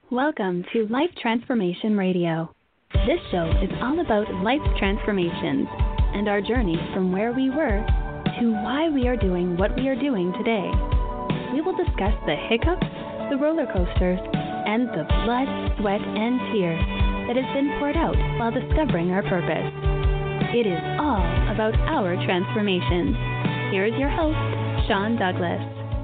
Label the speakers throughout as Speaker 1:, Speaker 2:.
Speaker 1: Welcome to Life Transformation Radio. This show is all about life transformations and our journey from where we were to why we are doing what we are doing today. We will discuss the hiccups, the roller coasters, and the blood, sweat, and tears that has been poured out while discovering our purpose. It is all about our transformations. Here is your host, Sean Douglas.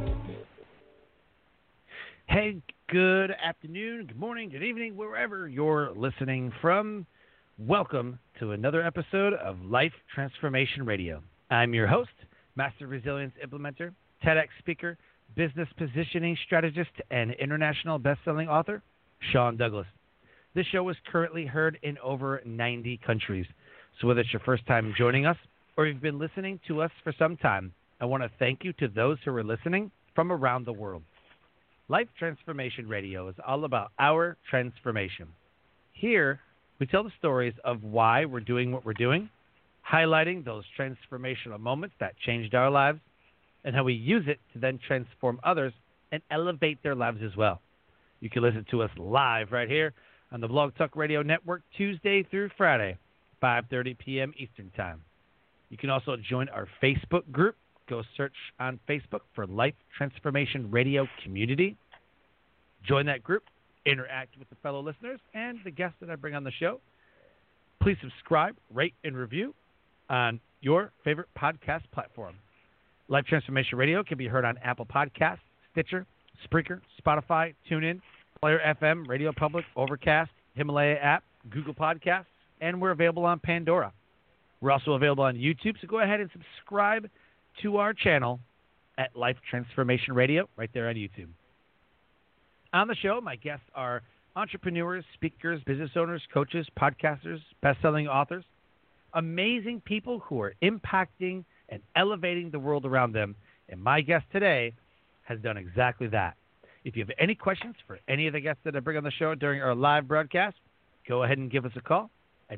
Speaker 2: Hey, good afternoon, good morning, good evening, wherever you're listening from. Welcome to another episode of Life Transformation Radio. I'm your host, Master Resilience Implementer, TEDx speaker, business positioning strategist, and international best-selling author, Sean Douglas. This show is currently heard in over 90 countries. So whether it's your first time joining us or you've been listening to us for some time, I want to thank you to those who are listening from around the world. Life Transformation Radio is all about our transformation. Here, we tell the stories of why we're doing what we're doing, highlighting those transformational moments that changed our lives, and how we use it to then transform others and elevate their lives as well. You can listen to us live right here on the Blog Talk Radio Network Tuesday through Friday, 5:30 p.m. Eastern Time. You can also join our Facebook group. Go search on Facebook for Life Transformation Radio Community. Join that group, interact with the fellow listeners and the guests that I bring on the show. Please subscribe, rate, and review on your favorite podcast platform. Life Transformation Radio can be heard on Apple Podcasts, Stitcher, Spreaker, Spotify, TuneIn, Player FM, Radio Public, Overcast, Himalaya app, Google Podcasts, and we're available on Pandora. We're also available on YouTube, so go ahead and subscribe to our channel at Life Transformation Radio right there on YouTube. On the show, my guests are entrepreneurs, speakers, business owners, coaches, podcasters, best-selling authors, amazing people who are impacting and elevating the world around them. And my guest today has done exactly that. If you have any questions for any of the guests that I bring on the show during our live broadcast, go ahead and give us a call at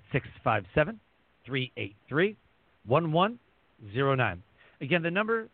Speaker 2: 657-383-1109. Again, the number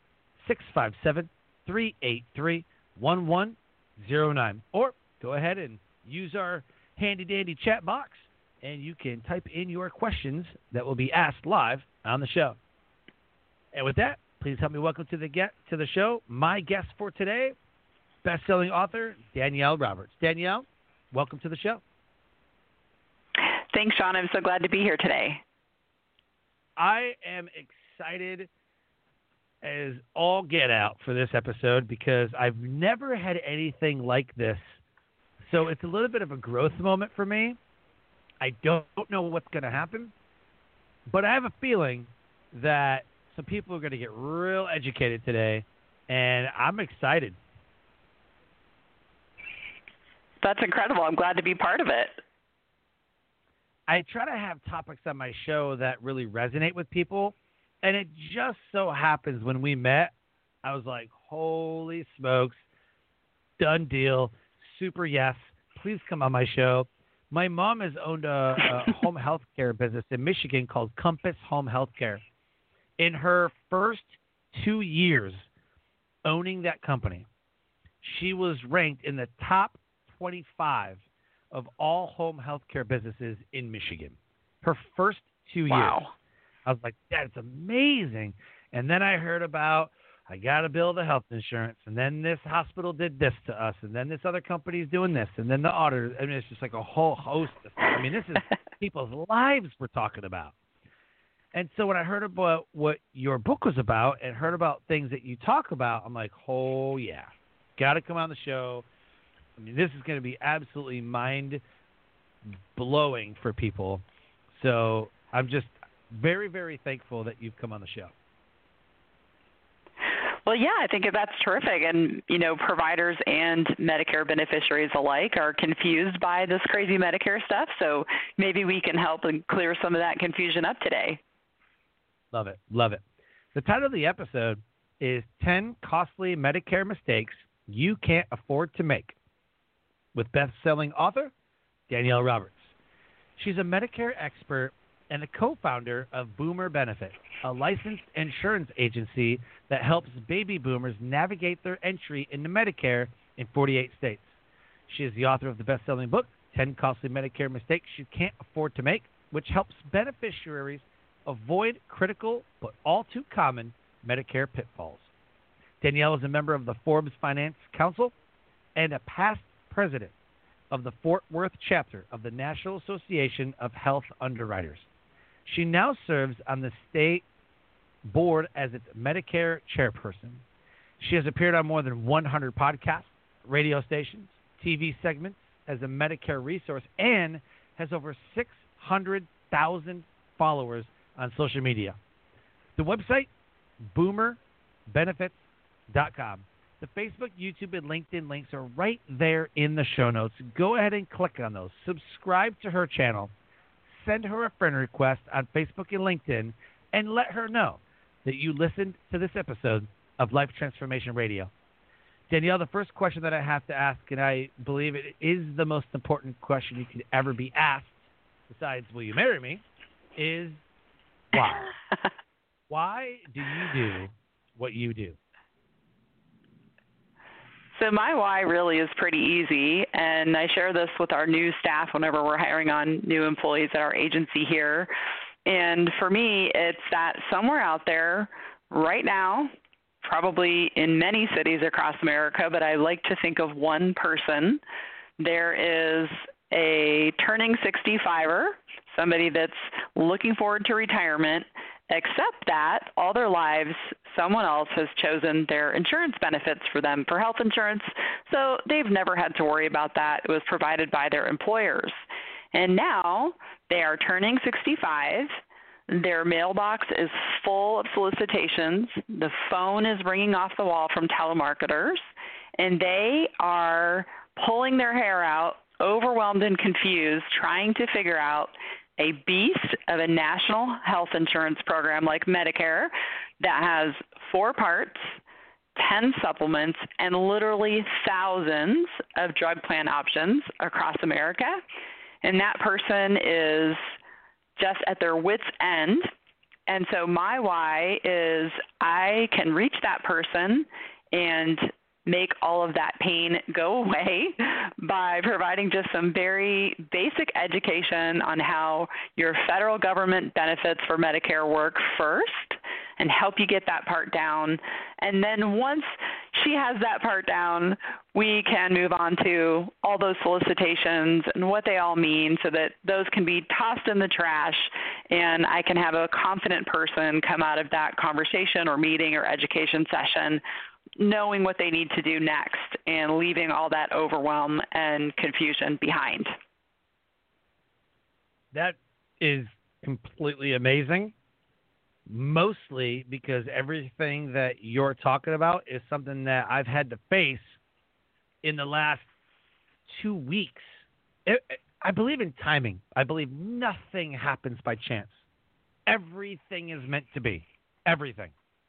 Speaker 2: 657-383-1109. Or go ahead and use our handy-dandy chat box, and you can type in your questions that will be asked live on the show. And with that, please help me welcome to the show my guest for today, best-selling author Danielle Roberts. Danielle, welcome to the show.
Speaker 3: Thanks, Sean. I'm so glad to be here today.
Speaker 2: I am excited as all get out for this episode because I've never had anything like this. So it's a little bit of a growth moment for me. I don't know what's going to happen, but I have a feeling that some people are going to get real educated today, and I'm excited.
Speaker 3: That's incredible. I'm glad to be part of it.
Speaker 2: I try to have topics on my show that really resonate with people. And it just so happens when we met, I was like, holy smokes, done deal, super yes, please come on my show. My mom has owned a home health care business in Michigan called Compass Home Health Care. In her first 2 years owning that company, she was ranked in the top 25 of all home health care businesses in Michigan. Her first 2 years.
Speaker 3: Wow.
Speaker 2: I was like, that's amazing. And then I heard about, I got to bill the health insurance, and then this hospital did this to us, and then this other company's doing this, and then the auditor. I mean, it's just like a whole host of stuff. I mean, this is people's lives we're talking about. And so when I heard about what your book was about and heard about things that you talk about, I'm like, oh, yeah, got to come on the show. I mean, this is going to be absolutely mind-blowing for people. So I'm just very, very thankful that you've come on the show.
Speaker 3: Well, yeah, I think that's terrific. And, you know, providers and Medicare beneficiaries alike are confused by this crazy Medicare stuff. So maybe we can help and clear some of that confusion up today.
Speaker 2: Love it. Love it. The title of the episode is 10 Costly Medicare Mistakes You Can't Afford to Make, with best-selling author Danielle Roberts. She's a Medicare expert and the co-founder of Boomer Benefit, a licensed insurance agency that helps baby boomers navigate their entry into Medicare in 48 states. She is the author of the best-selling book, 10 Costly Medicare Mistakes You Can't Afford to Make, which helps beneficiaries avoid critical but all too common Medicare pitfalls. Danielle is a member of the Forbes Finance Council and a past president of the Fort Worth chapter of the National Association of Health Underwriters. She now serves on the state board as its Medicare chairperson. She has appeared on more than 100 podcasts, radio stations, TV segments as a Medicare resource, and has over 600,000 followers on social media. The website, boomerbenefits.com. The Facebook, YouTube, and LinkedIn links are right there in the show notes. Go ahead and click on those. Subscribe to her channel. Send her a friend request on Facebook and LinkedIn, and let her know that you listened to this episode of Life Transformation Radio. Danielle, the first question that I have to ask, and I believe it is the most important question you could ever be asked, besides will you marry me, is why? Why do you do what you do?
Speaker 3: So my why really is pretty easy, and I share this with our new staff whenever we're hiring on new employees at our agency here. And for me, it's that somewhere out there right now, probably in many cities across America, but I like to think of one person, there is a turning 65er, somebody that's looking forward to retirement, except that all their lives someone else has chosen their insurance benefits for them for health insurance, so they've never had to worry about that. It was provided by their employers. And now they are turning 65. Their mailbox is full of solicitations. The phone is ringing off the wall from telemarketers, and they are pulling their hair out, overwhelmed and confused, trying to figure out a beast of a national health insurance program like Medicare that has 4 parts, 10 supplements, and literally thousands of drug plan options across America. And that person is just at their wits' end. And so my why is I can reach that person and make all of that pain go away by providing just some very basic education on how your federal government benefits for Medicare work first and help you get that part down. And then once she has that part down, we can move on to all those solicitations and what they all mean so that those can be tossed in the trash and I can have a confident person come out of that conversation or meeting or education session knowing what they need to do next and leaving all that overwhelm and confusion behind.
Speaker 2: That is completely amazing, mostly because everything that you're talking about is something that I've had to face in the last 2 weeks. I believe in timing. I believe nothing happens by chance. Everything is meant to be. Everything.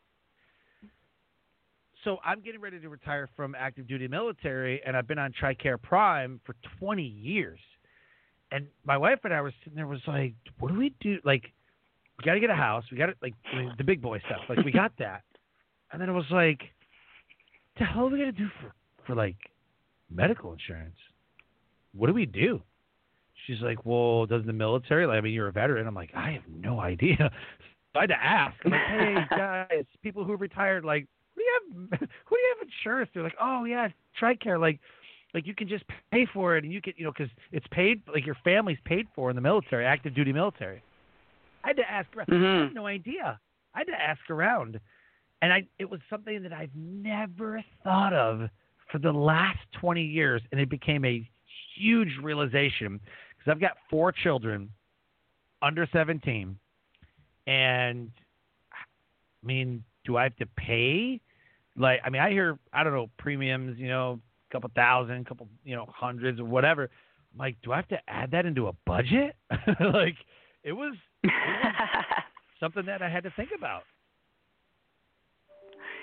Speaker 2: So I'm getting ready to retire from active duty military, and I've been on TRICARE Prime for 20 years. And my wife and I were sitting there, was like, what do we do? Like, we got to get a house. We got to, like, the big boy stuff. Like, we got that. And then it was like, what the hell are we going to do for like, medical insurance? What do we do? She's like, well, doesn't the military, like, I mean, you're a veteran. I'm like, I have no idea. So I had to ask. I'm like, hey, guys, people who retired, like, who do you have insurance through? Like, oh yeah, TRICARE. Like you can just pay for it, and you can, because it's paid, like your family's paid for in the military, active duty military. I had to ask around. I had no idea. I had to ask around, and it was something that I've never thought of for the last 20 years, and it became a huge realization because I've got 4 children under 17, and I mean, do I have to pay? Like, I mean, I hear, I don't know, premiums, a couple thousand, couple, hundreds or whatever. I'm like, do I have to add that into a budget? Like, it was something that I had to think about.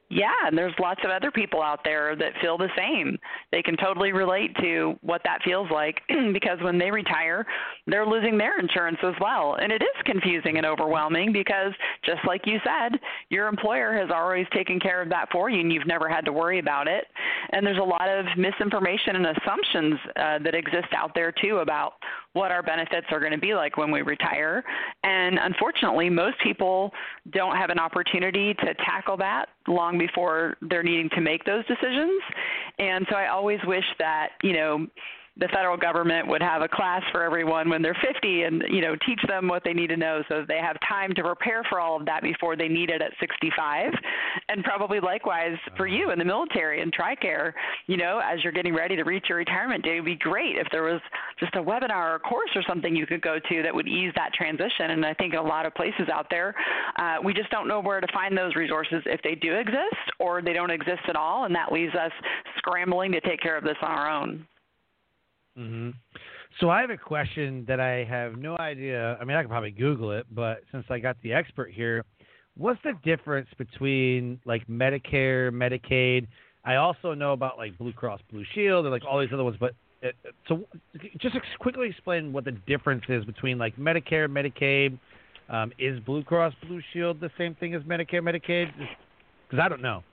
Speaker 3: Yeah, and there's lots of other people out there that feel the same. They can totally relate to what that feels like because when they retire, they're losing their insurance as well. And it is confusing and overwhelming because, just like you said, your employer has always taken care of that for you and you've never had to worry about it. And there's a lot of misinformation and assumptions that exist out there, too, about what our benefits are going to be like when we retire. And unfortunately, most people don't have an opportunity to tackle that long before they're needing to make those decisions. And so I always wish that, the federal government would have a class for everyone when they're 50 and, teach them what they need to know so that they have time to prepare for all of that before they need it at 65. And probably likewise for you in the military and TRICARE, as you're getting ready to reach your retirement day, it would be great if there was just a webinar or a course or something you could go to that would ease that transition. And I think in a lot of places out there, we just don't know where to find those resources if they do exist or they don't exist at all. And that leaves us scrambling to take care of this on our own.
Speaker 2: Mm-hmm. So I have a question that I have no idea. I mean, I could probably Google it, but since I got the expert here, what's the difference between like Medicare, Medicaid? I also know about like Blue Cross Blue Shield and like all these other ones, but so just quickly explain what the difference is between like Medicare, Medicaid. Is Blue Cross Blue Shield the same thing as Medicare, Medicaid? Because I don't know.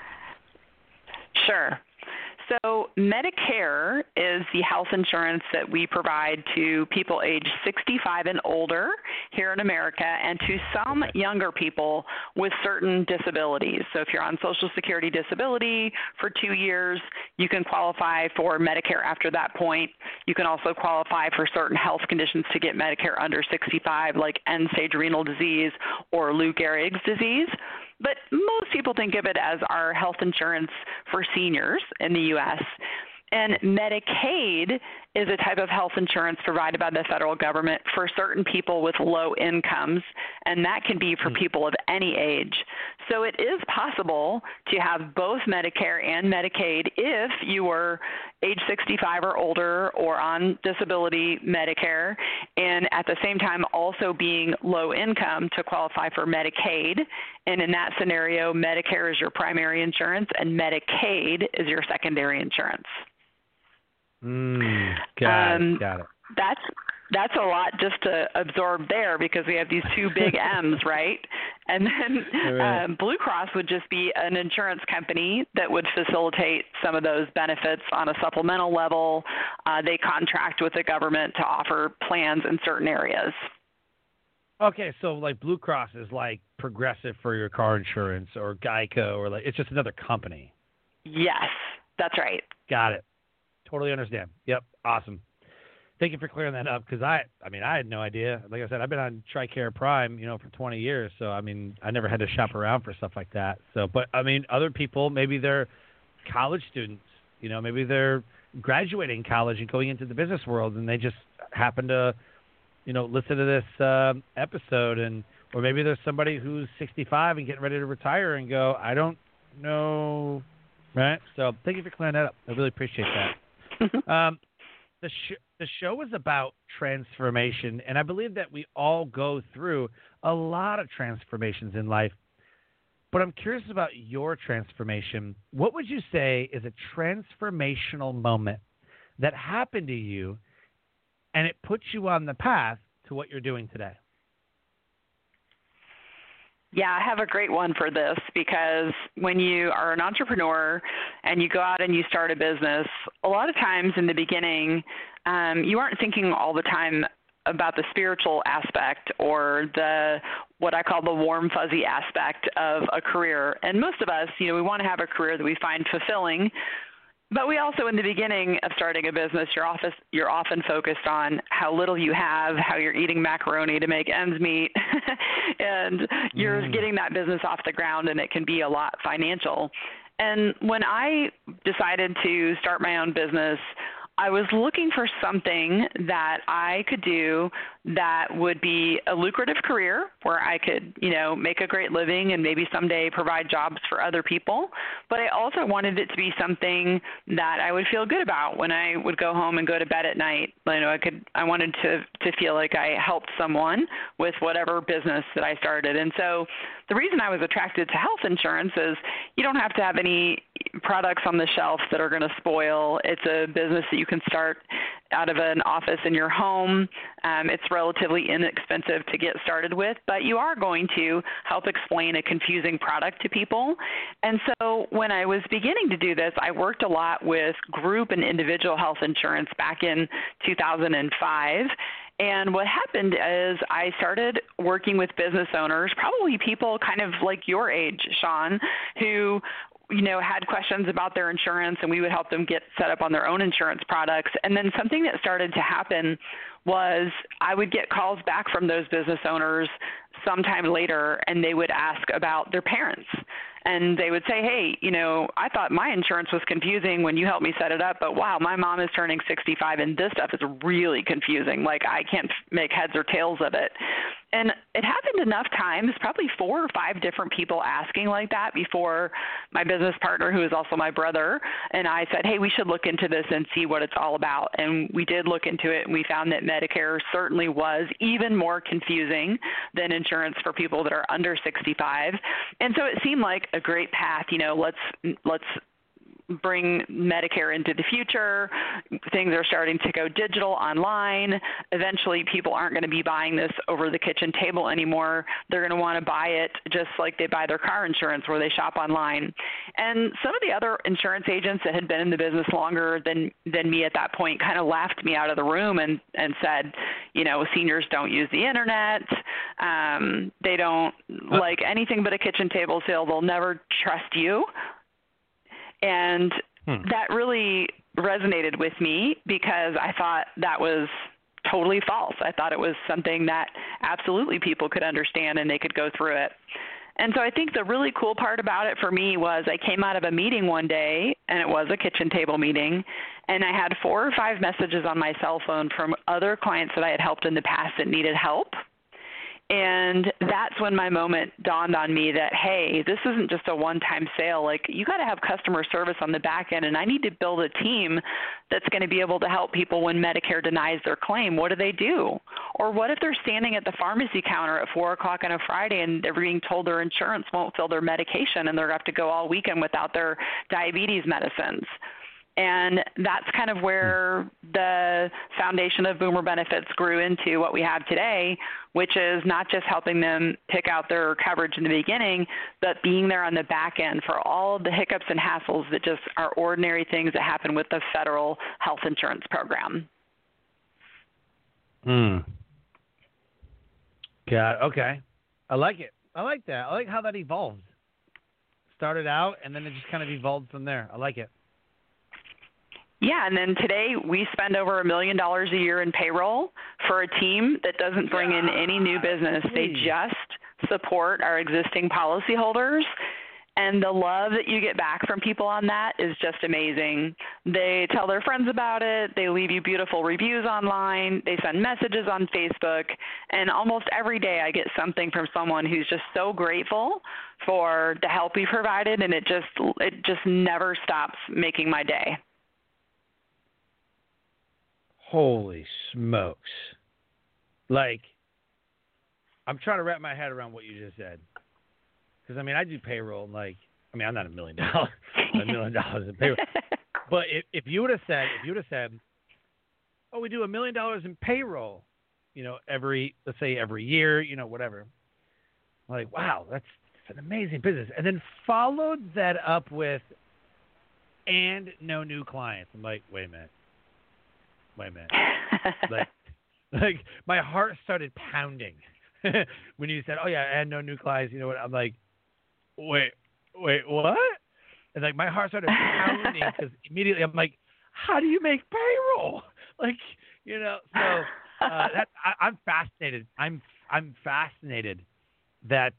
Speaker 3: Sure. So Medicare is the health insurance that we provide to people age 65 and older here in America and to some younger people with certain disabilities. So if you're on Social Security disability for 2 years, you can qualify for Medicare after that point. You can also qualify for certain health conditions to get Medicare under 65, like end-stage renal disease or Lou Gehrig's disease. But most people think of it as our health insurance for seniors in the U.S. And Medicaid is a type of health insurance provided by the federal government for certain people with low incomes, and that can be for people of any age. So it is possible to have both Medicare and Medicaid if you were age 65 or older or on disability Medicare, and at the same time also being low income to qualify for Medicaid. And in that scenario, Medicare is your primary insurance and Medicaid is your secondary insurance.
Speaker 2: Got it.
Speaker 3: That's a lot just to absorb there because we have these two big M's, right? And then Blue Cross would just be an insurance company that would facilitate some of those benefits on a supplemental level. They contract with the government to offer plans in certain areas.
Speaker 2: Okay, so like Blue Cross is like Progressive for your car insurance or Geico or like it's just another company.
Speaker 3: Yes, that's right.
Speaker 2: Got it. Totally understand. Yep. Awesome. Thank you for clearing that up because I had no idea. Like I said, I've been on TRICARE Prime, for 20 years. So, I never had to shop around for stuff like that. So, but other people, maybe they're college students, maybe they're graduating college and going into the business world and they just happen to, listen to this episode or maybe there's somebody who's 65 and getting ready to retire and go, I don't know. Right. So thank you for clearing that up. I really appreciate that. The show is about transformation, and I believe that we all go through a lot of transformations in life. But I'm curious about your transformation. What would you say is a transformational moment that happened to you, and it puts you on the path to what you're doing today?
Speaker 3: Yeah, I have a great one for this because when you are an entrepreneur and you go out and you start a business, a lot of times in the beginning, you aren't thinking all the time about the spiritual aspect or what I call the warm, fuzzy aspect of a career. And most of us, we want to have a career that we find fulfilling. But we also, in the beginning of starting a business, you're often focused on how little you have, how you're eating macaroni to make ends meet, and you're getting that business off the ground, and it can be a lot financial. And when I decided to start my own business, I was looking for something that I could do that would be a lucrative career where I could, make a great living and maybe someday provide jobs for other people. But I also wanted it to be something that I would feel good about when I would go home and go to bed at night. I wanted to feel like I helped someone with whatever business that I started. And so the reason I was attracted to health insurance is you don't have to have any products on the shelf that are going to spoil. It's a business that you can start out of an office in your home. It's relatively inexpensive to get started with, but you are going to help explain a confusing product to people. And so when I was beginning to do this, I worked a lot with group and individual health insurance back in 2005. And what happened is I started working with business owners, probably people kind of like your age, Sean, who had questions about their insurance, and we would help them get set up on their own insurance products. And then something that started to happen was I would get calls back from those business owners sometime later, and they would ask about their parents. And they would say, hey, I thought my insurance was confusing when you helped me set it up, but wow, my mom is turning 65 and this stuff is really confusing. Like I can't make heads or tails of it. And it happened enough times, probably 4 or 5 different people asking like that before my business partner, who is also my brother, and I said, hey, we should look into this and see what it's all about. And we did look into it, and we found that Medicare certainly was even more confusing than insurance for people that are under 65. And so it seemed like a great path. Let's bring Medicare into the future. Things are starting to go digital online. Eventually, people aren't going to be buying this over the kitchen table anymore. They're going to want to buy it just like they buy their car insurance, where they shop online. And some of the other insurance agents that had been in the business longer than me at that point kind of laughed me out of the room and said, seniors don't use the internet. They don't like anything but a kitchen table sale. They'll never trust you. And that really resonated with me because I thought that was totally false. I thought it was something that absolutely people could understand and they could go through it. And so I think the really cool part about it for me was I came out of a meeting one day, and it was a kitchen table meeting, and I had 4 or 5 messages on my cell phone from other clients that I had helped in the past that needed help. And that's when my moment dawned on me that, hey, this isn't just a one-time sale. Like, you got to have customer service on the back end, and I need to build a team that's going to be able to help people when Medicare denies their claim. What do they do? Or what if they're standing at the pharmacy counter at 4 o'clock on a Friday and they're being told their insurance won't fill their medication and they're going to have to go all weekend without their diabetes medicines? And that's kind of where the foundation of Boomer Benefits grew into what we have today, which is not just helping them pick out their coverage in the beginning, but being there on the back end for all of the hiccups and hassles that just are ordinary things that happen with the federal health insurance program.
Speaker 2: God, okay. I like it. I like that. I like how that evolved. Started out, and then it just kind of evolved from there. I like it.
Speaker 3: Yeah, and then today we spend over $1 million a year in payroll for a team that doesn't bring in any new business. They just support our existing policyholders, and the love that you get back from people on that is just amazing. They tell their friends about it. They leave you beautiful reviews online. They send messages on Facebook, and almost every day I get something from someone who's just so grateful for the help we provided, and it just never stops making my day.
Speaker 2: Holy smokes. Like, I'm trying to wrap my head around what you just said. Because, I do payroll, and I'm not $1 million. $1 million in payroll. But if you would have said, oh, we do $1 million in payroll, let's say every year, whatever. I'm like, wow, that's an amazing business. And then followed that up with, and no new clients. I'm like, wait a minute. like my heart started pounding when you said, oh yeah, and no new clients. You know what? I'm like, wait, what? And my heart started pounding because immediately I'm like, how do you make payroll? So I'm fascinated. I'm fascinated that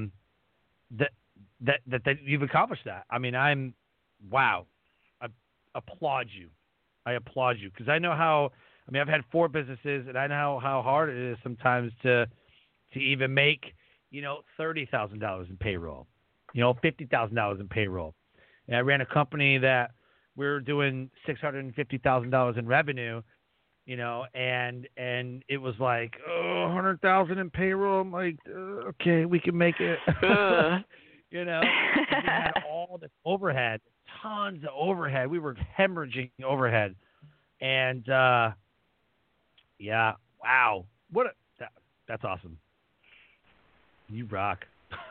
Speaker 2: you've accomplished that. Wow. I applaud you because I know how I mean, I've had 4 businesses, and I know how hard it is sometimes to even make, $30,000 in payroll, $50,000 in payroll. And I ran a company that we were doing $650,000 in revenue, and it was like, $100,000 in payroll. I'm like, okay, we can make it. We had all this overhead, tons of overhead. We were hemorrhaging overhead, and yeah, wow, that's awesome. You rock.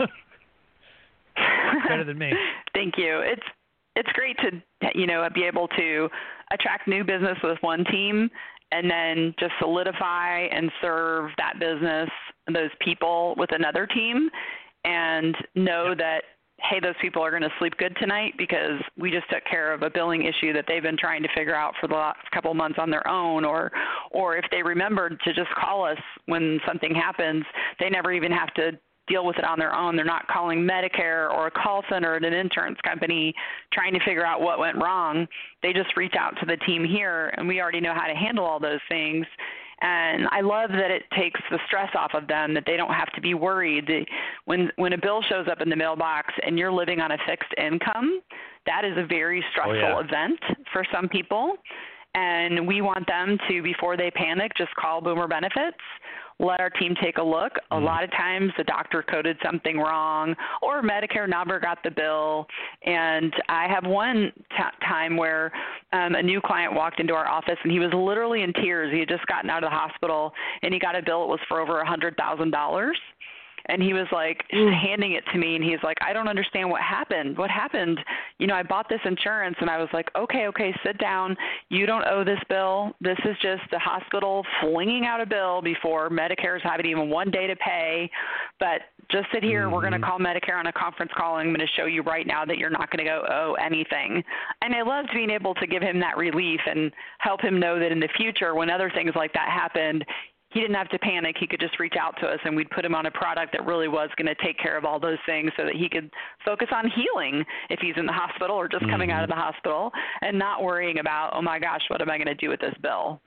Speaker 2: Better than me.
Speaker 3: Thank you. It's great to be able to attract new business with one team and then just solidify and serve that business, those people with another team, and know that, hey, those people are going to sleep good tonight because we just took care of a billing issue that they've been trying to figure out for the last couple of months on their own, or if they remembered to just call us when something happens, they never even have to deal with it on their own. They're not calling Medicare or a call center at an insurance company trying to figure out what went wrong. They just reach out to the team here, and we already know how to handle all those things. And I love that it takes the stress off of them, that they don't have to be worried. When a bill shows up in the mailbox and you're living on a fixed income, that is a very stressful event for some people. And we want them to, before they panic, just call Boomer Benefits, let our team take a look. A lot of times the doctor coded something wrong or Medicare never got the bill. And I have one time where a new client walked into our office and he was literally in tears. He had just gotten out of the hospital and he got a bill. It was for over $100,000. And he was like handing it to me, and he's like, I don't understand what happened. What happened? I bought this insurance. And I was like, okay, sit down. You don't owe this bill. This is just the hospital flinging out a bill before Medicare's having even one day to pay. But just sit here. We're going to call Medicare on a conference call, and I'm going to show you right now that you're not going to go owe anything. And I loved being able to give him that relief and help him know that in the future, when other things like that happened, he didn't have to panic. He could just reach out to us, and we'd put him on a product that really was going to take care of all those things so that he could focus on healing if he's in the hospital or just coming out of the hospital, and not worrying about, oh, my gosh, what am I going to do with this bill?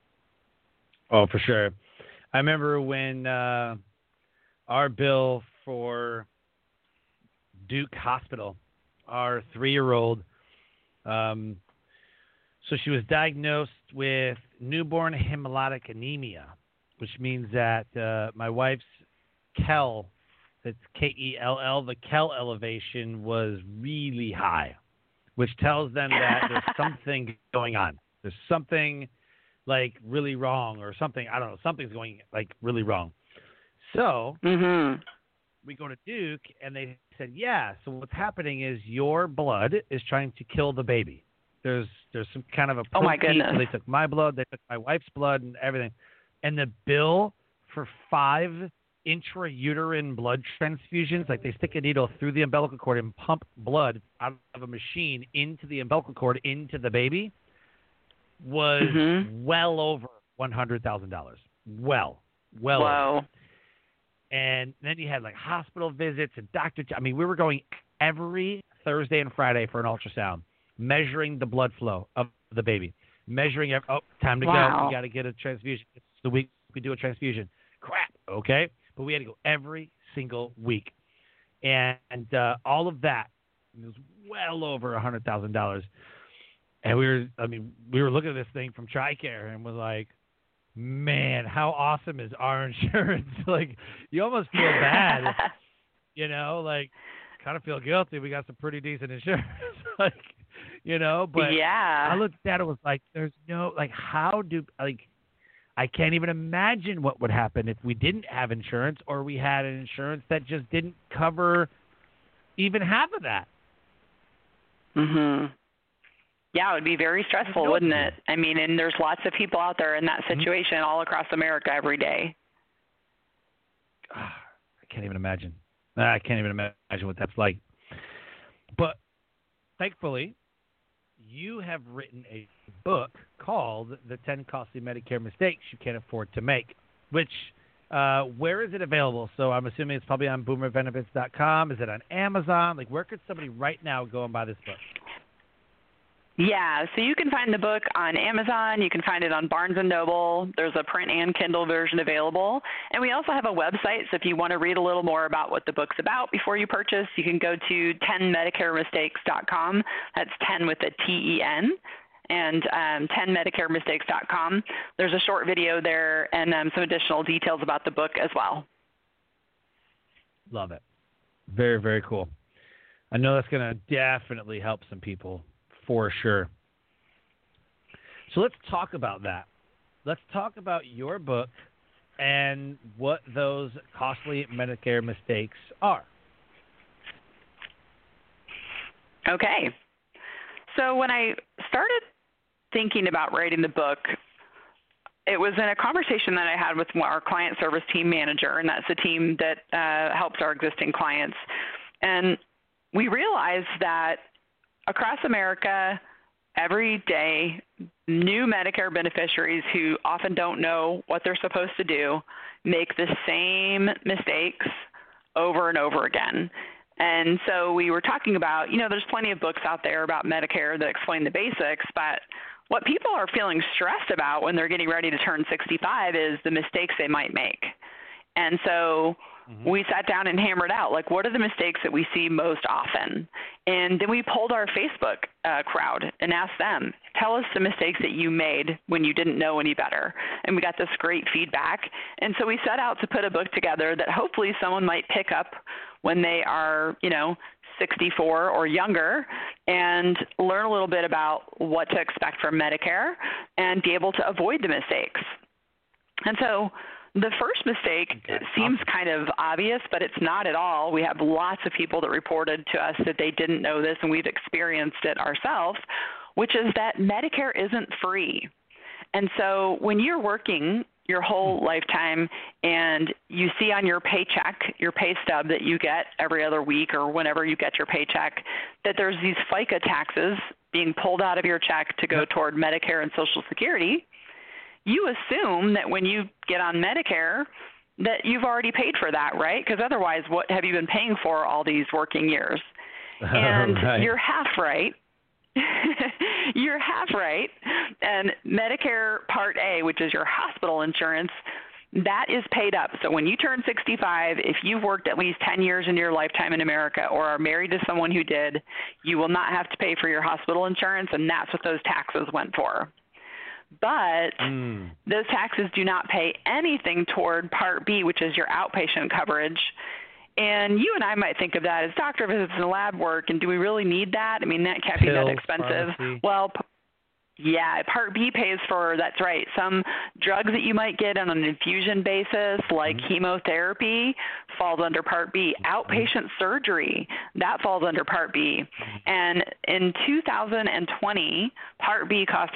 Speaker 2: Oh, for sure. I remember when our bill for Duke Hospital, our 3-year-old, so she was diagnosed with newborn hemolytic anemia, which means that my wife's KELL, that's K-E-L-L, the KELL elevation was really high, which tells them that there's something going on. There's something like really wrong or something. I don't know. Something's going like really wrong. So we go to Duke, and they said, yeah, so what's happening is your blood is trying to kill the baby. There's some kind of a protein.
Speaker 3: Oh, my goodness.
Speaker 2: So they took my blood, they took my wife's blood and everything. And the bill for 5 intrauterine blood transfusions, like they stick a needle through the umbilical cord and pump blood out of a machine into the umbilical cord into the baby, was well over $100,000. Well
Speaker 3: Wow.
Speaker 2: over. And then you had like hospital visits and we were going every Thursday and Friday for an ultrasound, measuring the blood flow of the baby, measuring, time to go. We got to get a transfusion. It's the week we do a transfusion. Crap. Okay. But we had to go every single week. And all of that was well over $100,000. And we were looking at this thing from TRICARE and was like, man, how awesome is our insurance? Like, you almost feel bad, like kind of feel guilty. We got some pretty decent insurance, but I looked at it, was like, there's no, like, I can't even imagine what would happen if we didn't have insurance, or we had an insurance that just didn't cover even half of that.
Speaker 3: Yeah, it would be very stressful, wouldn't it? I mean, and there's lots of people out there in that situation all across America every day.
Speaker 2: I can't even imagine. I can't even imagine what that's like. But thankfully, you have written a book called The 10 Costly Medicare Mistakes You Can't Afford to Make, which, where is it available? So I'm assuming it's probably on boomerbenefits.com. Is it on Amazon? Like, where could somebody right now go and buy this book?
Speaker 3: Yeah, so you can find the book on Amazon. You can find it on Barnes & Noble. There's a print and Kindle version available. And we also have a website, so if you want to read a little more about what the book's about before you purchase, you can go to 10medicaremistakes.com. That's 10 with a T-E-N. And 10medicaremistakes.com. There's a short video there and some additional details about the book as well.
Speaker 2: Love it. Very, very cool. I know that's going to definitely help some people for sure. So let's talk about that. Let's talk about your book and what those costly Medicare mistakes are.
Speaker 3: Okay. So when I started thinking about writing the book, it was in a conversation that I had with our client service team manager, and that's the team that helps our existing clients. And we realized that across America, every day, new Medicare beneficiaries who often don't know what they're supposed to do make the same mistakes over and over again. And so we were talking about, there's plenty of books out there about Medicare that explain the basics, but what people are feeling stressed about when they're getting ready to turn 65 is the mistakes they might make. And so we sat down and hammered out, what are the mistakes that we see most often? And then we polled our Facebook crowd and asked them, tell us the mistakes that you made when you didn't know any better. And we got this great feedback. And so we set out to put a book together that hopefully someone might pick up when they are, 64 or younger and learn a little bit about what to expect from Medicare and be able to avoid the mistakes. And so the first mistake seems kind of obvious, but it's not at all. We have lots of people that reported to us that they didn't know this, and we've experienced it ourselves, which is that Medicare isn't free. And so when you're working your whole lifetime and you see on your paycheck, your pay stub that you get every other week or whenever you get your paycheck, that there's these FICA taxes being pulled out of your check to go toward Medicare and Social Security, you assume that when you get on Medicare that you've already paid for that, right? Because otherwise, what have you been paying for all these working years? And
Speaker 2: Right.
Speaker 3: You're half right. You're half right. And Medicare Part A, which is your hospital insurance, that is paid up. So when you turn 65, if you've worked at least 10 years in your lifetime in America or are married to someone who did, you will not have to pay for your hospital insurance, and that's what those taxes went for. But those taxes do not pay anything toward Part B, which is your outpatient coverage. And you and I might think of that as doctor visits and lab work, and do we really need that? I mean, that can't be that expensive.
Speaker 2: Pharmacy.
Speaker 3: Well, yeah, Part B pays for, that's right, some drugs that you might get on an infusion basis, like chemotherapy, falls under Part B. Outpatient surgery, that falls under Part B. And in 2020, Part B cost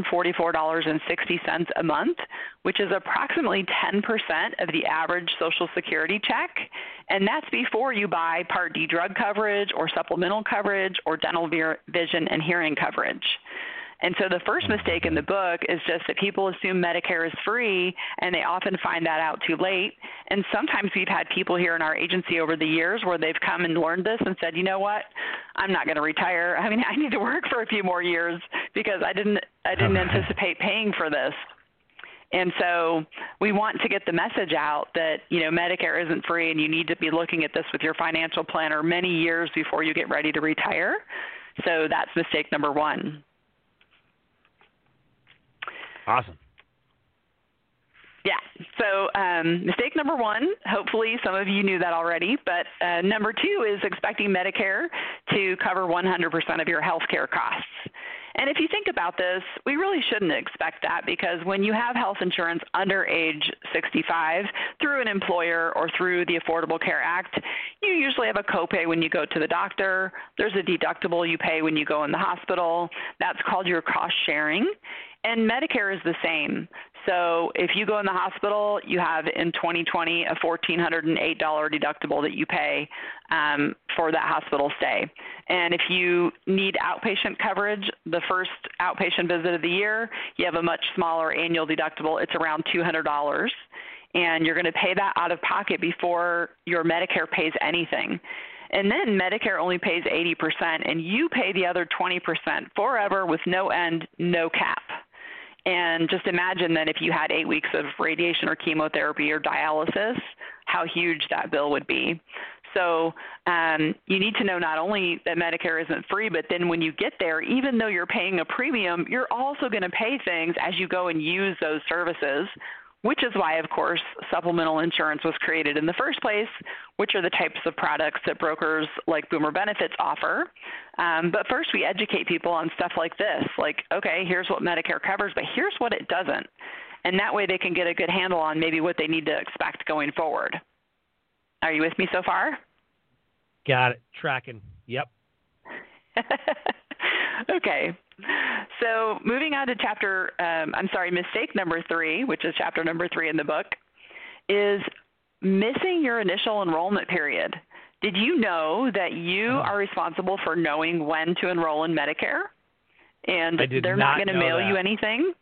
Speaker 3: $144.60 a month, which is approximately 10% of the average Social Security check. And that's before you buy Part D drug coverage or supplemental coverage or dental, vision, and hearing coverage. And so the first mistake in the book is just that people assume Medicare is free, and they often find that out too late. And sometimes we've had people here in our agency over the years where they've come and learned this and said, you know what, I'm not going to retire. I mean, I need to work for a few more years because I didn't anticipate paying for this. And so we want to get the message out that, Medicare isn't free, and you need to be looking at this with your financial planner many years before you get ready to retire. So that's mistake number one.
Speaker 2: Awesome.
Speaker 3: Yeah. So mistake number one, hopefully some of you knew that already, but number two is expecting Medicare to cover 100% of your health care costs. And if you think about this, we really shouldn't expect that, because when you have health insurance under age 65 through an employer or through the Affordable Care Act, you usually have a copay when you go to the doctor. There's a deductible you pay when you go in the hospital. That's called your cost sharing. And Medicare is the same. So if you go in the hospital, you have in 2020 a $1,408 deductible that you pay for that hospital stay. And if you need outpatient coverage, the first outpatient visit of the year, you have a much smaller annual deductible. It's around $200. And you're going to pay that out of pocket before your Medicare pays anything. And then Medicare only pays 80%, and you pay the other 20% forever with no end, no cap. And just imagine that if you had 8 weeks of radiation or chemotherapy or dialysis, how huge that bill would be. So you need to know not only that Medicare isn't free, but then when you get there, even though you're paying a premium, you're also going to pay things as you go and use those services, which is why, of course, supplemental insurance was created in the first place, which are the types of products that brokers like Boomer Benefits offer. But first, we educate people on stuff like this, like, okay, here's what Medicare covers, but here's what it doesn't. And that way they can get a good handle on maybe what they need to expect going forward. Are you with me so far?
Speaker 2: Got it. Tracking. Yep.
Speaker 3: Okay. So moving on to mistake number 3, which is chapter number 3 in the book, is missing your initial enrollment period. Did you know that you are responsible for knowing when to enroll in Medicare? And they're not going to mail you anything?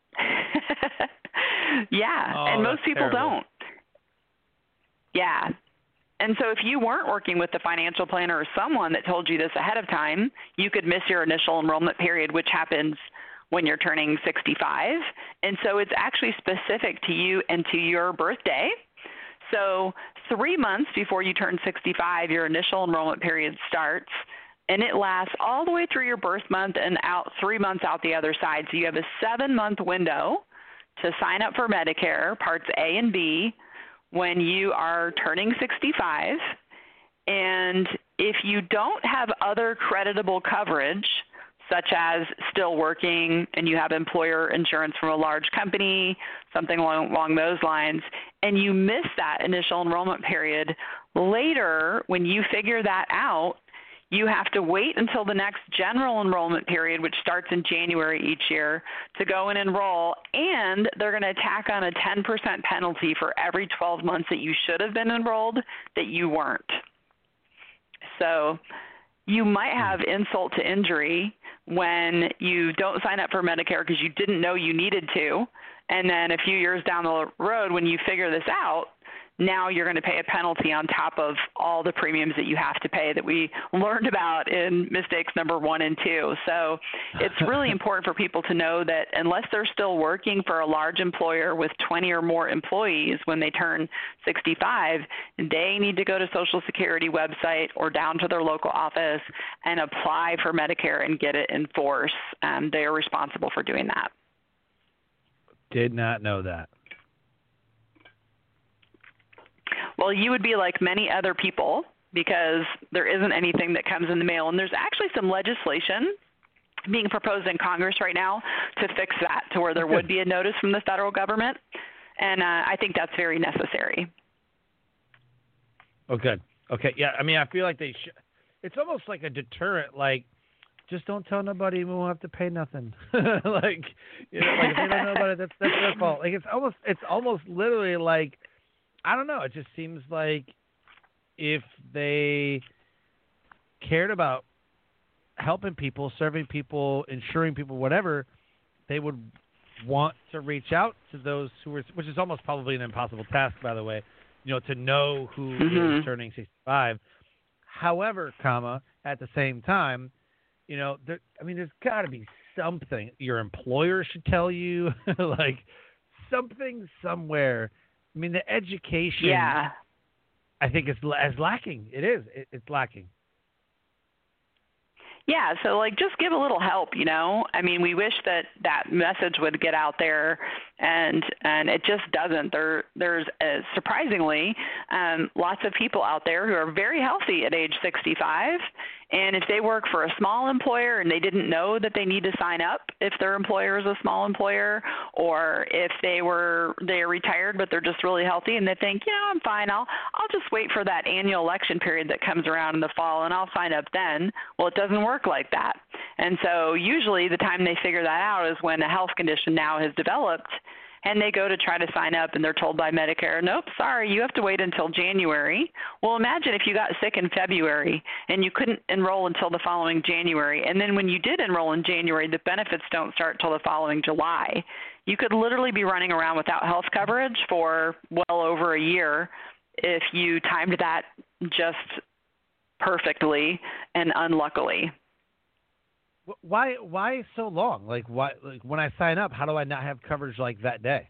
Speaker 3: Yeah, and most people don't. Yeah. And so if you weren't working with the financial planner or someone that told you this ahead of time, you could miss your initial enrollment period, which happens when you're turning 65. And so it's actually specific to you and to your birthday. So 3 months before you turn 65, your initial enrollment period starts, and it lasts all the way through your birth month and out 3 months out the other side. So you have a 7-month window to sign up for Medicare, Parts A and B, when you are turning 65, and if you don't have other creditable coverage, such as still working and you have employer insurance from a large company, something along those lines, and you miss that initial enrollment period, later when you figure that out, you have to wait until the next general enrollment period, which starts in January each year, to go and enroll, and they're going to tack on a 10% penalty for every 12 months that you should have been enrolled that you weren't. So you might have insult to injury when you don't sign up for Medicare because you didn't know you needed to, and then a few years down the road when you figure this out, now you're going to pay a penalty on top of all the premiums that you have to pay that we learned about in mistakes number 1 and 2. So it's really important for people to know that unless they're still working for a large employer with 20 or more employees when they turn 65, they need to go to Social Security website or down to their local office and apply for Medicare and get it in force. They are responsible for doing that.
Speaker 2: Did not know that.
Speaker 3: Well, you would be like many other people because there isn't anything that comes in the mail. And there's actually some legislation being proposed in Congress right now to fix that, to where there would be a notice from the federal government. And I think that's very necessary.
Speaker 2: Oh, good. Okay. Yeah. I mean, I feel like they should. It's almost like a deterrent, like, just don't tell nobody, we won't have to pay nothing. Like, you know, like if they don't know about it, that's their fault. Like it's almost literally like, I don't know. It just seems like if they cared about helping people, serving people, insuring people, whatever, they would want to reach out to those who are, which is almost probably an impossible task, by the way, you know, to know who is turning 65. However, at the same time, you know, there's got to be something your employer should tell you, like something somewhere. I mean, the education, I think, is lacking. It is. It's lacking.
Speaker 3: Yeah, so, like, just give a little help, you know. I mean, we wish that message would get out there, and it just doesn't. There's surprisingly lots of people out there who are very healthy at age 65, and if they work for a small employer and they didn't know that they need to sign up if their employer is a small employer, or if they're retired but they're just really healthy and they think, you know, I'm fine, I'll just wait for that annual election period that comes around in the fall and I'll sign up then. Well, it doesn't work like that. And so usually the time they figure that out is when a health condition now has developed, and they go to try to sign up and they're told by Medicare, nope, sorry, you have to wait until January. Well, imagine if you got sick in February and you couldn't enroll until the following January. And then when you did enroll in January, the benefits don't start till the following July. You could literally be running around without health coverage for well over a year if you timed that just perfectly and unluckily.
Speaker 2: Why so long? Like when I sign up, how do I not have coverage like that day?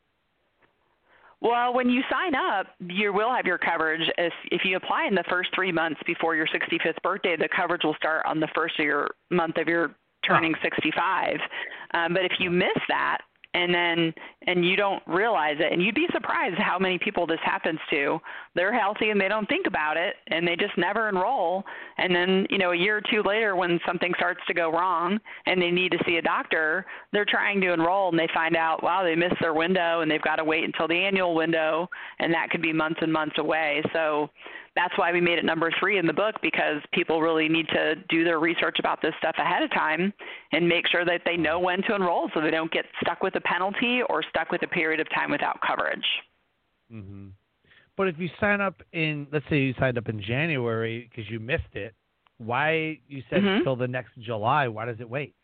Speaker 3: Well, when you sign up, you will have your coverage. If you apply in the first 3 months before your 65th birthday, the coverage will start on the first of your month of your turning 65. But if you miss that, and you don't realize it, and you'd be surprised how many people this happens to. They're healthy and they don't think about it, and they just never enroll. And then, a year or two later, when something starts to go wrong and they need to see a doctor, they're trying to enroll and they find out, wow, they missed their window and they've got to wait until the annual window, and that could be months and months away. So that's why we made it number 3 in the book, because people really need to do their research about this stuff ahead of time and make sure that they know when to enroll so they don't get stuck with a penalty or stuck with a period of time without coverage.
Speaker 2: Mm-hmm. But if you sign up let's say you signed up in January because you missed it, why, you said until the next July, why does it wait?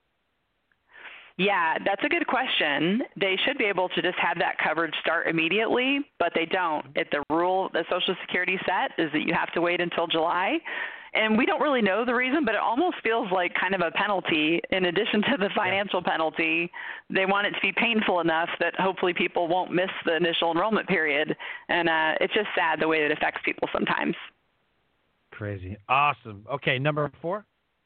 Speaker 3: Yeah, that's a good question. They should be able to just have that coverage start immediately, but they don't. The rule that Social Security set is that you have to wait until July. And we don't really know the reason, but it almost feels like kind of a penalty. In addition to the financial penalty, they want it to be painful enough that hopefully people won't miss the initial enrollment period. And it's just sad the way it affects people sometimes.
Speaker 2: Crazy. Awesome. Okay, number 4?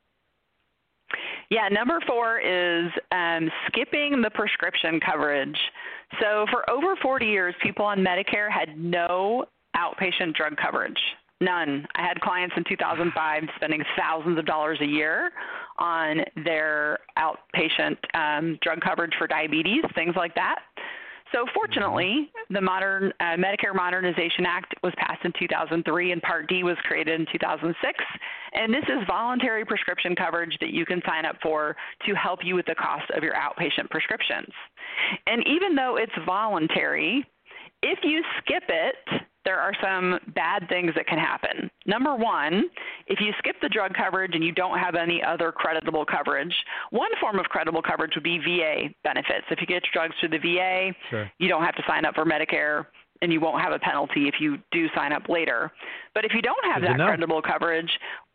Speaker 3: Yeah, number 4 is skipping the prescription coverage. So for over 40 years, people on Medicare had no outpatient drug coverage. None. I had clients in 2005 spending thousands of dollars a year on their outpatient drug coverage for diabetes, things like that. So fortunately, the modern Medicare Modernization Act was passed in 2003, and Part D was created in 2006. And this is voluntary prescription coverage that you can sign up for to help you with the cost of your outpatient prescriptions. And even though it's voluntary, if you skip it, there are some bad things that can happen. Number 1, if you skip the drug coverage and you don't have any other creditable coverage, one form of creditable coverage would be VA benefits. If you get your drugs through the VA, you don't have to sign up for Medicare, and you won't have a penalty if you do sign up later. But if you don't have that creditable coverage,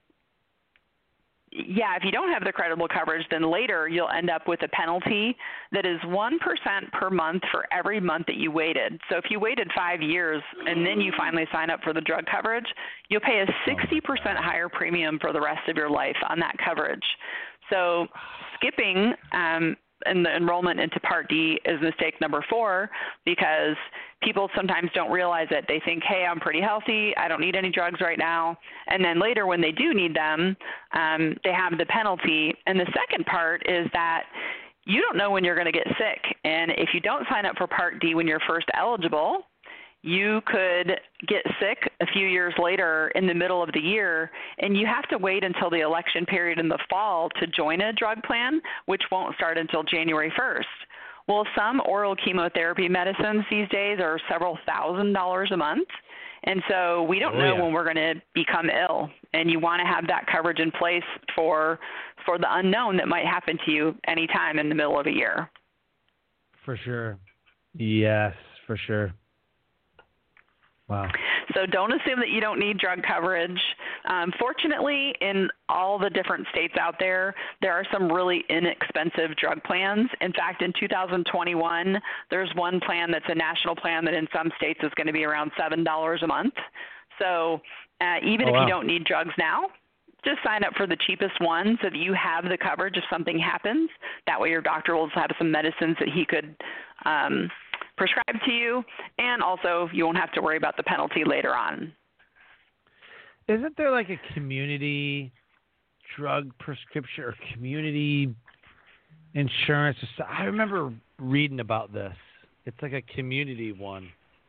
Speaker 3: if you don't have the creditable coverage, then later you'll end up with a penalty that is 1% per month for every month that you waited. So if you waited 5 years and then you finally sign up for the drug coverage, you'll pay a 60% higher premium for the rest of your life on that coverage. So skipping and the enrollment into Part D is mistake number 4, because people sometimes don't realize it. They think, hey, I'm pretty healthy, I don't need any drugs right now. And then later when they do need them, they have the penalty. And the second part is that you don't know when you're going to get sick. And if you don't sign up for Part D when you're first eligible, you could get sick a few years later in the middle of the year, and you have to wait until the election period in the fall to join a drug plan, which won't start until January 1st. Well, some oral chemotherapy medicines these days are several $1,000s a month, and so we don't know when we're going to become ill, and you want to have that coverage in place for the unknown that might happen to you anytime in the middle of a year.
Speaker 2: For sure. Yes, for sure. Wow.
Speaker 3: So don't assume that you don't need drug coverage. Fortunately, in all the different states out there, there are some really inexpensive drug plans. In fact, in 2021, there's one plan that's a national plan that in some states is going to be around $7 a month. So even if you don't need drugs now, just sign up for the cheapest one so that you have the coverage if something happens. That way your doctor will have some medicines that he could prescribe to you, and also you won't have to worry about the penalty later on.
Speaker 2: Isn't there like a community drug prescription or community insurance? I remember reading about this. It's like a community one.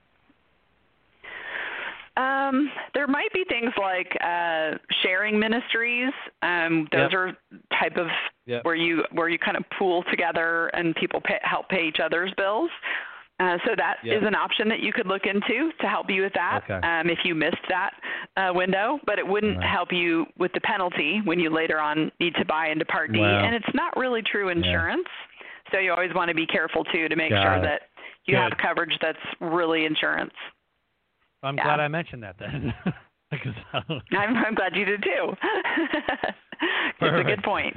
Speaker 3: There might be things like sharing ministries. Those are type of where you kind of pool together and people help pay each other's bills. So that is an option that you could look into to help you with that if you missed that window. But it wouldn't help you with the penalty when you later on need to buy into Part D. And it's not really true insurance. So you always want to be careful, too, to make sure that you have coverage that's really insurance.
Speaker 2: I'm glad I mentioned that then.
Speaker 3: I'm glad you did too. It's a good point.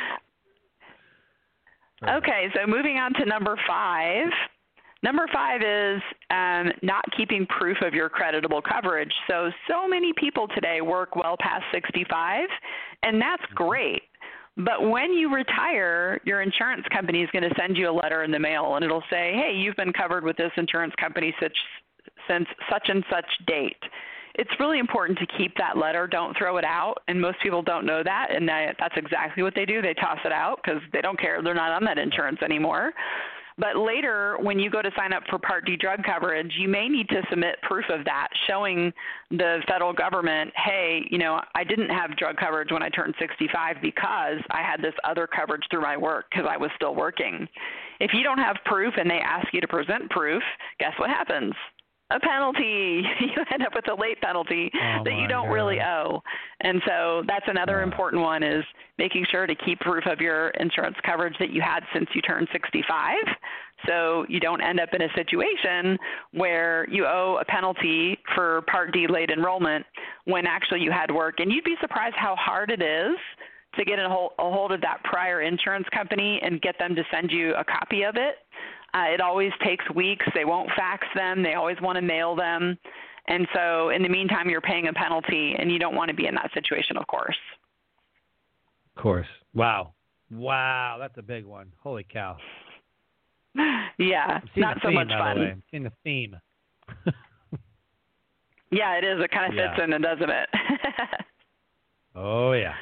Speaker 3: Okay, so moving on to number 5. Number 5 is not keeping proof of your creditable coverage. So many people today work well past 65, and that's great. But when you retire, your insurance company is going to send you a letter in the mail, and it'll say, hey, you've been covered with this insurance company since such and such date. It's really important to keep that letter. Don't throw it out, and most people don't know that, and that's exactly what they do. They toss it out because they don't care. They're not on that insurance anymore. But later, when you go to sign up for Part D drug coverage, you may need to submit proof of that, showing the federal government, hey, I didn't have drug coverage when I turned 65 because I had this other coverage through my work because I was still working. If you don't have proof and they ask you to present proof, guess what happens? A penalty. You end up with a late penalty that you don't really owe. And so that's another important one, is making sure to keep proof of your insurance coverage that you had since you turned 65, so you don't end up in a situation where you owe a penalty for Part D late enrollment when actually you had work. And you'd be surprised how hard it is to get a hold of that prior insurance company and get them to send you a copy of it. It always takes weeks. They won't fax them. They always want to mail them. And so in the meantime, you're paying a penalty, and you don't want to be in that situation, of course.
Speaker 2: Of course. Wow. That's a big one. Holy cow.
Speaker 3: Yeah, not so much fun.
Speaker 2: I'm seeing the theme.
Speaker 3: Yeah, it is. It kind of fits in, doesn't it?
Speaker 2: Oh, yeah.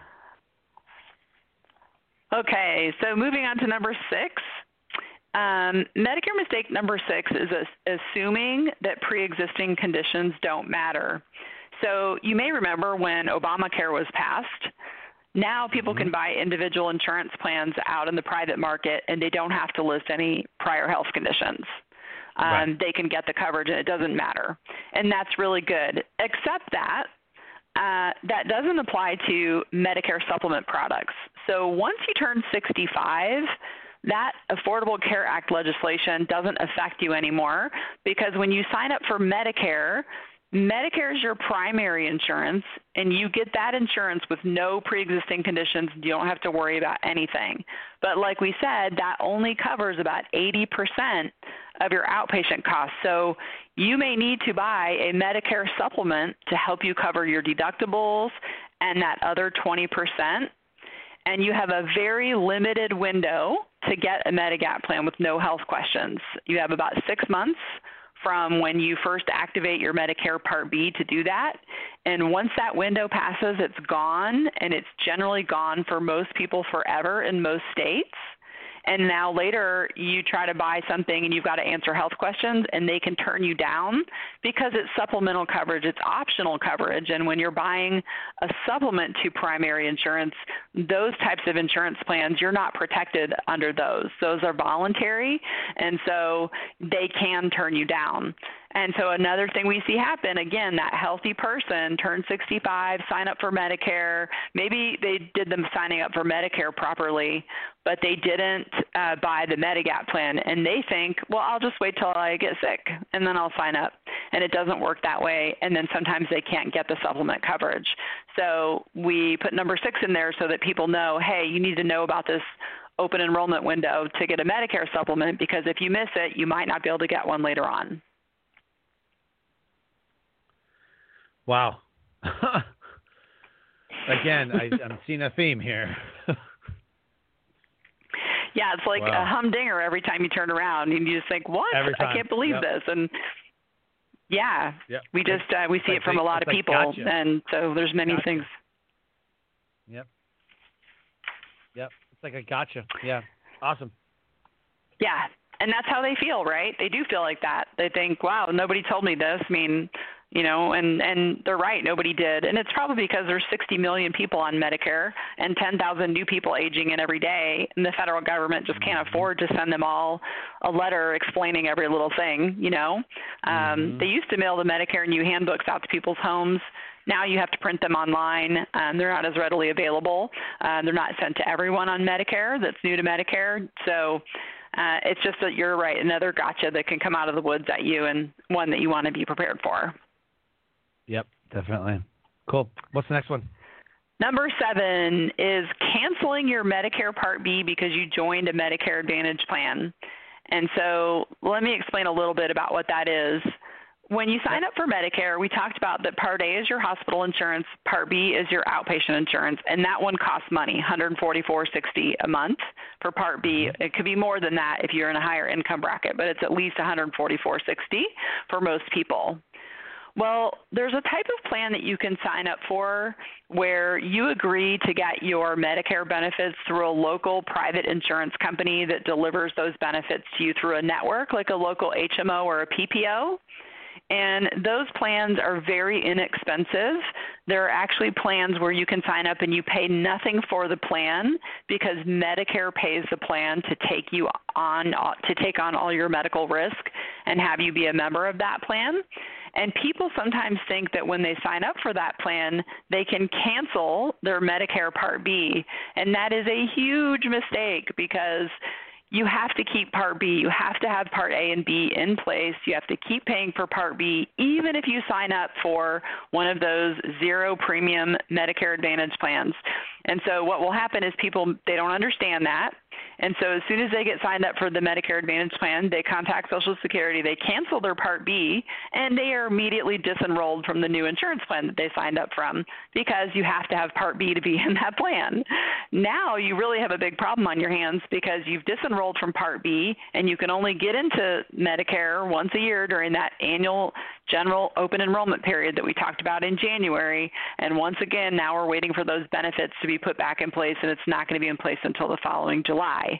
Speaker 3: Okay, so moving on to number 6. Medicare mistake number 6 is assuming that pre-existing conditions don't matter. So you may remember when Obamacare was passed, now people can buy individual insurance plans out in the private market, and they don't have to list any prior health conditions. They can get the coverage, and it doesn't matter. And that's really good, except that that doesn't apply to Medicare supplement products. So once you turn 65, that Affordable Care Act legislation doesn't affect you anymore, because when you sign up for Medicare, Medicare is your primary insurance, and you get that insurance with no pre-existing conditions. You don't have to worry about anything. But like we said, that only covers about 80% of your outpatient costs. So you may need to buy a Medicare supplement to help you cover your deductibles and that other 20%. And you have a very limited window to get a Medigap plan with no health questions. You have about 6 months from when you first activate your Medicare Part B to do that. And once that window passes, it's gone, and it's generally gone for most people forever in most states. And now later you try to buy something and you've got to answer health questions, and they can turn you down because it's supplemental coverage. It's optional coverage. And when you're buying a supplement to primary insurance, those types of insurance plans, you're not protected under those. Those are voluntary, and so they can turn you down. And so another thing we see happen, again, that healthy person turns 65, sign up for Medicare. Maybe they did them signing up for Medicare properly, but they didn't buy the Medigap plan. And they think, well, I'll just wait till I get sick, and then I'll sign up. And it doesn't work that way. And then sometimes they can't get the supplement coverage. So we put number 6 in there so that people know, hey, you need to know about this open enrollment window to get a Medicare supplement, because if you miss it, you might not be able to get one later on.
Speaker 2: Wow. Again, I'm seeing a theme here.
Speaker 3: Yeah, it's like a humdinger every time you turn around, and you just think, what? I can't believe this. And we just we see it from a lot of people, and so there's many things.
Speaker 2: Yep. It's like a gotcha. Yeah. Awesome.
Speaker 3: Yeah, and that's how they feel, right? They do feel like that. They think, wow, nobody told me this. I mean, and they're right, nobody did. And it's probably because there's 60 million people on Medicare and 10,000 new people aging in every day, and the federal government just can't afford to send them all a letter explaining every little thing, They used to mail the Medicare new handbooks out to people's homes. Now you have to print them online. They're not as readily available. They're not sent to everyone on Medicare that's new to Medicare. So it's just that you're right, another gotcha that can come out of the woods at you, and one that you want to be prepared for.
Speaker 2: Yep, Definitely. Cool. What's the next one?
Speaker 3: Number 7 is canceling your Medicare Part B because you joined a Medicare Advantage plan. And so let me explain a little bit about what that is. When you sign up for Medicare, we talked about that Part A is your hospital insurance, Part B is your outpatient insurance, and that one costs money, $144.60 a month for Part B. It could be more than that if you're in a higher income bracket, but it's at least $144.60 for most people. Well, there's a type of plan that you can sign up for where you agree to get your Medicare benefits through a local private insurance company that delivers those benefits to you through a network, like a local HMO or a PPO. And those plans are very inexpensive. There are actually plans where you can sign up and you pay nothing for the plan because Medicare pays the plan to take on all your medical risk and have you be a member of that plan. And people sometimes think that when they sign up for that plan, they can cancel their Medicare Part B. And that is a huge mistake because you have to keep Part B. You have to have Part A and B in place. You have to keep paying for Part B, even if you sign up for one of those zero premium Medicare Advantage plans. And so what will happen is people, they don't understand that. And so as soon as they get signed up for the Medicare Advantage plan, they contact Social Security, they cancel their Part B, and they are immediately disenrolled from the new insurance plan that they signed up from because you have to have Part B to be in that plan. Now you really have a big problem on your hands because you've disenrolled from Part B, and you can only get into Medicare once a year during that annual general open enrollment period that we talked about in January. And once again, now we're waiting for those benefits to be put back in place, and it's not going to be in place until the following July.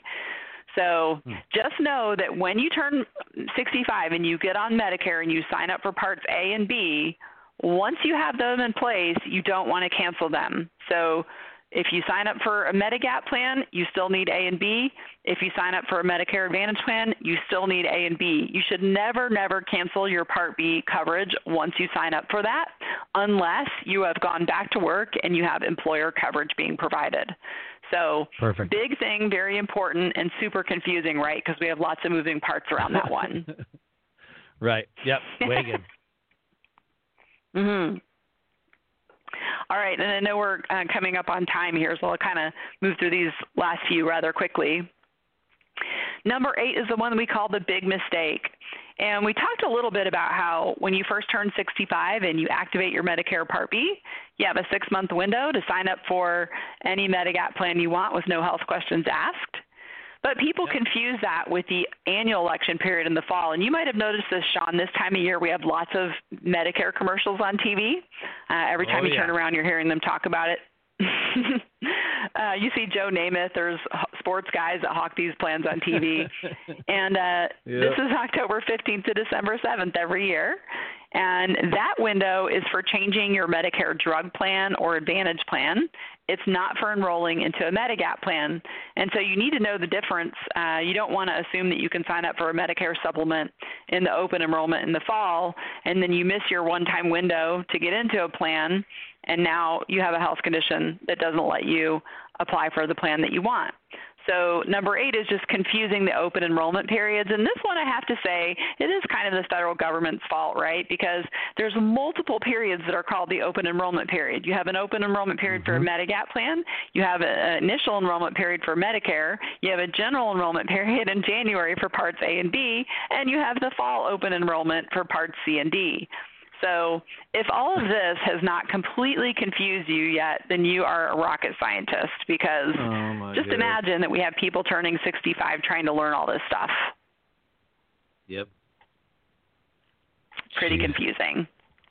Speaker 3: So just know that when you turn 65 and you get on Medicare and you sign up for Parts A and B, once you have them in place, you don't want to cancel them. So if you sign up for a Medigap plan, you still need A and B. If you sign up for a Medicare Advantage plan, you still need A and B. You should never, never cancel your Part B coverage once you sign up for that, unless you have gone back to work and you have employer coverage being provided. So
Speaker 2: Perfect.
Speaker 3: Big thing, very important, and super confusing, right? Because we have lots of moving parts around that one.
Speaker 2: Right. Yep. Way good.
Speaker 3: Mm-hmm. All right, and I know we're coming up on time here, so I'll kind of move through these last few rather quickly. Number 8 is the one we call the big mistake. And we talked a little bit about how when you first turn 65 and you activate your Medicare Part B, you have a 6-month window to sign up for any Medigap plan you want with no health questions asked. But people confuse that with the annual election period in the fall. And you might have noticed this, Sean, this time of year we have lots of Medicare commercials on TV. Every time you turn around, you're hearing them talk about it. You see Joe Namath, there's sports guys that hawk these plans on TV. And This is October 15th to December 7th every year. And that window is for changing your Medicare drug plan or Advantage plan. It's not for enrolling into a Medigap plan. And so you need to know the difference. You don't want to assume that you can sign up for a Medicare supplement in the open enrollment in the fall, and then you miss your one-time window to get into a plan, and now you have a health condition that doesn't let you apply for the plan that you want. So number 8 is just confusing the open enrollment periods. And this one, I have to say, it is kind of the federal government's fault, right? Because there's multiple periods that are called the open enrollment period. You have an open enrollment period for a Medigap plan. You have an initial enrollment period for Medicare. You have a general enrollment period in January for Parts A and B. And you have the fall open enrollment for Parts C and D. So if all of this has not completely confused you yet, then you are a rocket scientist, because imagine that we have people turning 65 trying to learn all this stuff.
Speaker 2: Yep.
Speaker 3: Pretty confusing.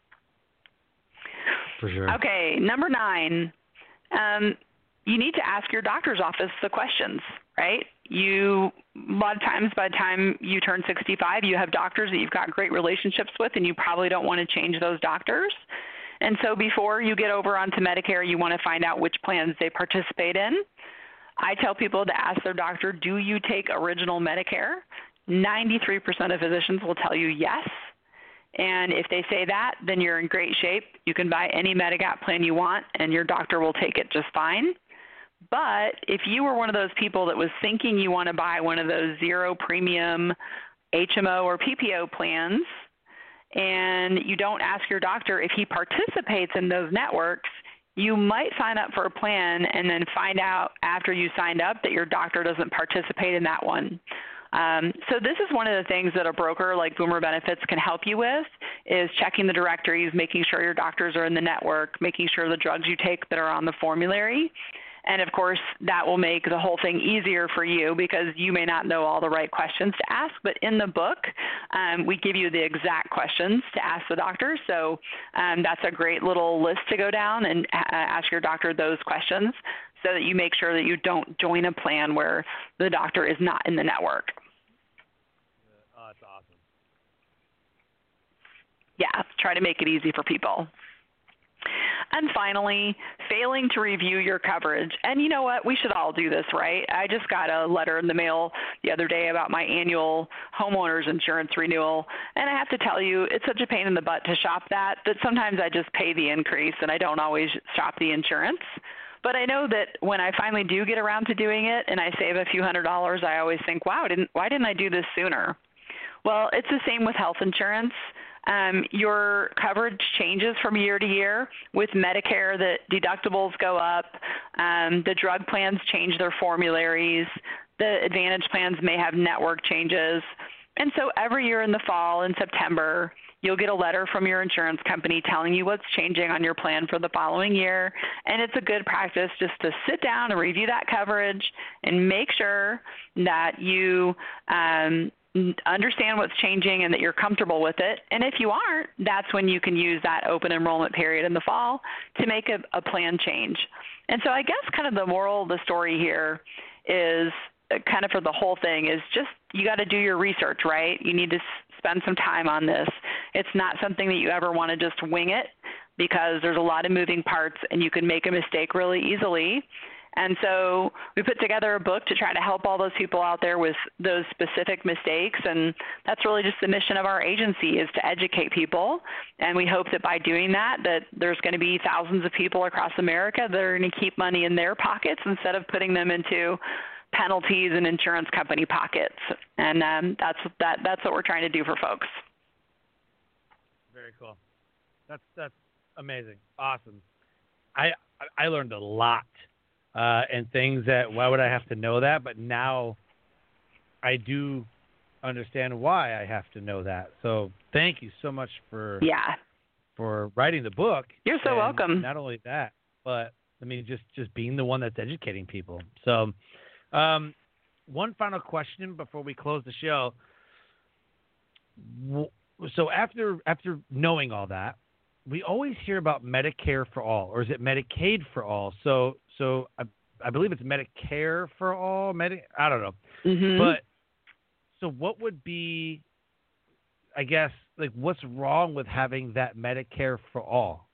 Speaker 2: For sure.
Speaker 3: Okay, number 9, you need to ask your doctor's office the questions, right? A lot of times by the time you turn 65, you have doctors that you've got great relationships with, and you probably don't want to change those doctors. And so before you get over onto Medicare, you want to find out which plans they participate in. I tell people to ask their doctor, do you take original Medicare? 93% of physicians will tell you yes. And if they say that, then you're in great shape. You can buy any Medigap plan you want, and your doctor will take it just fine. But if you were one of those people that was thinking you want to buy one of those zero premium HMO or PPO plans, and you don't ask your doctor if he participates in those networks, you might sign up for a plan and then find out after you signed up that your doctor doesn't participate in that one. So this is one of the things that a broker like Boomer Benefits can help you with, is checking the directories, making sure your doctors are in the network, making sure the drugs you take that are on the formulary. And, of course, that will make the whole thing easier for you because you may not know all the right questions to ask. But in the book, we give you the exact questions to ask the doctor. So that's a great little list to go down and ask your doctor those questions so that you make sure that you don't join a plan where the doctor is not in the network.
Speaker 2: Oh, that's awesome.
Speaker 3: Yeah, try to make it easy for people. And finally, failing to review your coverage. And you know what? We should all do this, right? I just got a letter in the mail the other day about my annual homeowners insurance renewal. And I have to tell you, it's such a pain in the butt to shop that sometimes I just pay the increase and I don't always shop the insurance. But I know that when I finally do get around to doing it and I save a few $100s, I always think, wow, why didn't I do this sooner? Well, it's the same with health insurance. Your coverage changes from year to year. With Medicare, the deductibles go up. The drug plans change their formularies. The Advantage plans may have network changes. And so every year in the fall, in September, you'll get a letter from your insurance company telling you what's changing on your plan for the following year. And it's a good practice just to sit down and review that coverage and make sure that you understand what's changing and that you're comfortable with it. And if you aren't, that's when you can use that open enrollment period in the fall to make a plan change. And so I guess kind of the moral of the story here is kind of for the whole thing is just you got to do your research, right? You need to spend some time on this. It's not something that you ever want to just wing it because there's a lot of moving parts and you can make a mistake really easily. And so we put together a book to try to help all those people out there with those specific mistakes. And that's really just the mission of our agency, is to educate people. And we hope that by doing that there's going to be thousands of people across America that are going to keep money in their pockets instead of putting them into penalties and insurance company pockets. And that's what we're trying to do for folks.
Speaker 2: Very cool. That's amazing. Awesome. I learned a lot. And things that, why would I have to know that? But now I do understand why I have to know that. So thank you so much for writing the book.
Speaker 3: You're so welcome.
Speaker 2: Not only that, but I mean, just being the one that's educating people. So one final question before we close the show. So after knowing all that, we always hear about Medicare for all, or is it Medicaid for all? So I believe it's Medicare for all. I don't know.
Speaker 3: Mm-hmm.
Speaker 2: But so what would be, I guess, like what's wrong with having that Medicare for all?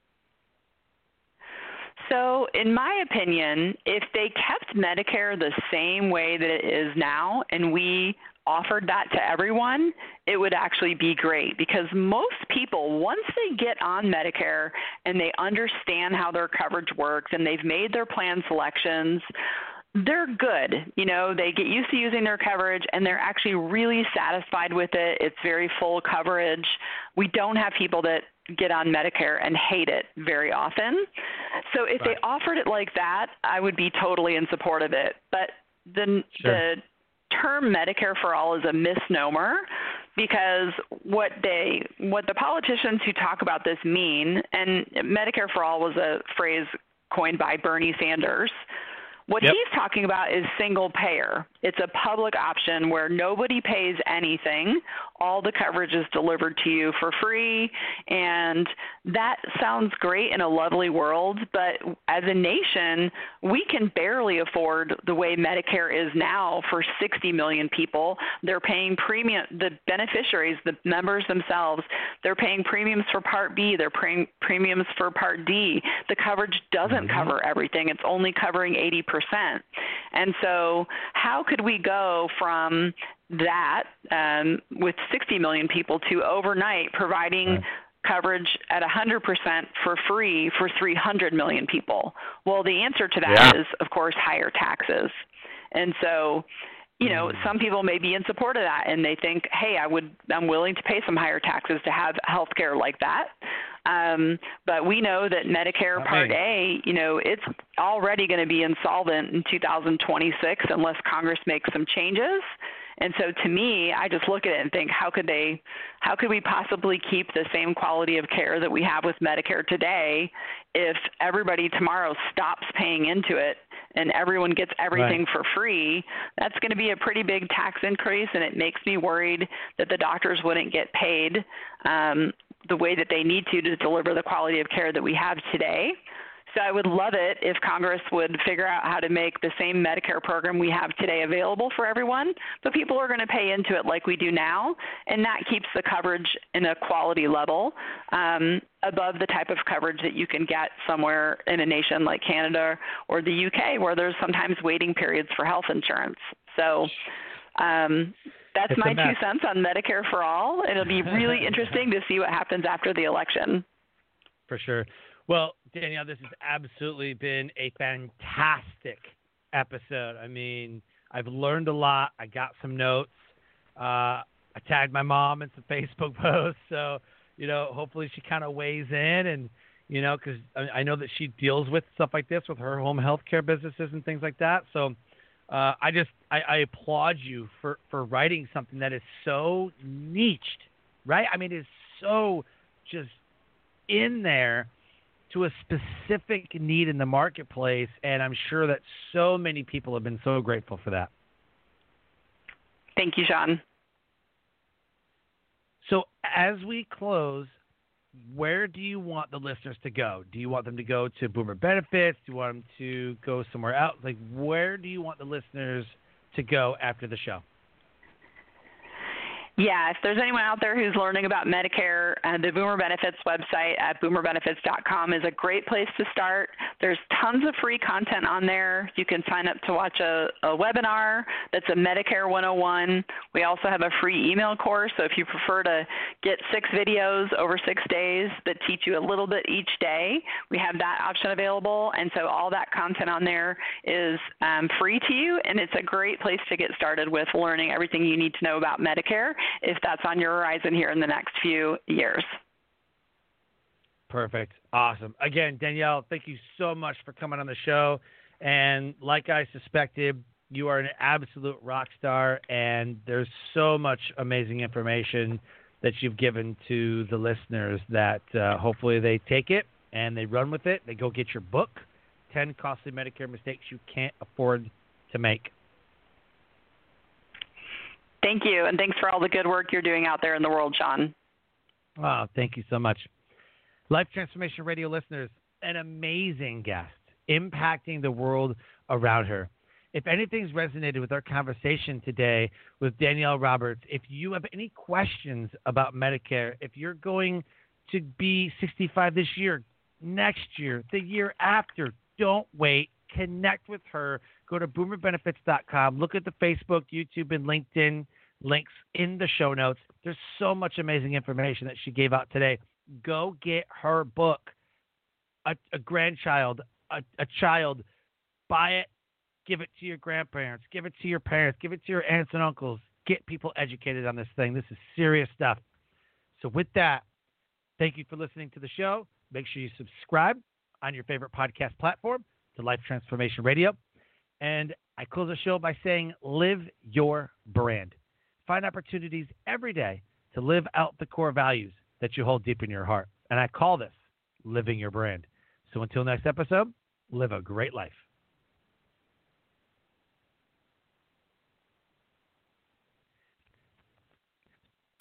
Speaker 3: So in my opinion, if they kept Medicare the same way that it is now and we offered that to everyone, it would actually be great, because most people, once they get on Medicare and they understand how their coverage works and they've made their plan selections, they're good. You know, they get used to using their coverage and they're actually really satisfied with it. It's very full coverage. We don't have people that get on Medicare and hate it very often. So if they offered it like that, I would be totally in support of it. But the term Medicare for all is a misnomer, because what the politicians who talk about this mean, and Medicare for all was a phrase coined by Bernie Sanders. What he's talking about is single payer. It's a public option where nobody pays anything. All the coverage is delivered to you for free. And that sounds great in a lovely world, but as a nation, we can barely afford the way Medicare is now for 60 million people. They're paying premium, the beneficiaries, the members themselves, they're paying premiums for Part B, they're paying premiums for Part D. The coverage doesn't cover everything. It's only covering 80%. And so how could we go from that with 60 million people to overnight providing coverage at 100% for free for 300 million people? Well, the answer to that is, of course, higher taxes. And so, some people may be in support of that, and they think, hey, I'm willing to pay some higher taxes to have health care like that. But we know that Medicare Part A, it's already going to be insolvent in 2026 unless Congress makes some changes. And so to me, I just look at it and think, how could we possibly keep the same quality of care that we have with Medicare today if everybody tomorrow stops paying into it and everyone gets everything for free? That's going to be a pretty big tax increase, and it makes me worried that the doctors wouldn't get paid the way that they need to deliver the quality of care that we have today. So I would love it if Congress would figure out how to make the same Medicare program we have today available for everyone, but people are going to pay into it like we do now, and that keeps the coverage in a quality level above the type of coverage that you can get somewhere in a nation like Canada or the UK, where there's sometimes waiting periods for health insurance. So that's my 2 cents on Medicare for all. It'll be really interesting to see what happens after the election.
Speaker 2: For sure. Well, Danielle, this has absolutely been a fantastic episode. I mean, I've learned a lot. I got some notes. I tagged my mom in some Facebook posts. So, hopefully she kind of weighs in and, because I know that she deals with stuff like this with her home health care businesses and things like that. So I applaud you for writing something that is so niched, right? I mean, it is so just in there to a specific need in the marketplace, and I'm sure that so many people have been so grateful for that.
Speaker 3: Thank you, Sean.
Speaker 2: So as we close, where do you want the listeners to go? Do you want them to go to Boomer Benefits? Do you want them to go somewhere else? Like, where do you want the listeners to go after the show?
Speaker 3: Yeah, if there's anyone out there who's learning about Medicare, the Boomer Benefits website at boomerbenefits.com is a great place to start. There's tons of free content on there. You can sign up to watch a webinar that's a Medicare 101. We also have a free email course, so if you prefer to get 6 videos over 6 days that teach you a little bit each day, we have that option available. And so all that content on there is free to you, and it's a great place to get started with learning everything you need to know about Medicare if that's on your horizon here in the next few years.
Speaker 2: Perfect. Awesome. Again, Danielle, thank you so much for coming on the show. And like I suspected, you are an absolute rock star, and there's so much amazing information that you've given to the listeners that hopefully they take it and they run with it. They go get your book, 10 Costly Medicare Mistakes You Can't Afford to Make.
Speaker 3: Thank you, and thanks for all the good work you're doing out there in the world, Sean.
Speaker 2: Oh, thank you so much. Life Transformation Radio listeners, an amazing guest impacting the world around her. If anything's resonated with our conversation today with Danielle Roberts, if you have any questions about Medicare, if you're going to be 65 this year, next year, the year after, don't wait. Connect with her. Go to boomerbenefits.com. Look at the Facebook, YouTube, and LinkedIn links in the show notes. There's so much amazing information that she gave out today. Go get her book. A grandchild, a child, buy it, give it to your grandparents, give it to your parents, give it to your aunts and uncles. Get people educated on this thing. This is serious stuff. So with that, thank you for listening to the show. Make sure you subscribe on your favorite podcast platform to Life Transformation Radio. And I close the show by saying, live your brand. Find opportunities every day to live out the core values that you hold deep in your heart. And I call this living your brand. So until next episode, live a great life.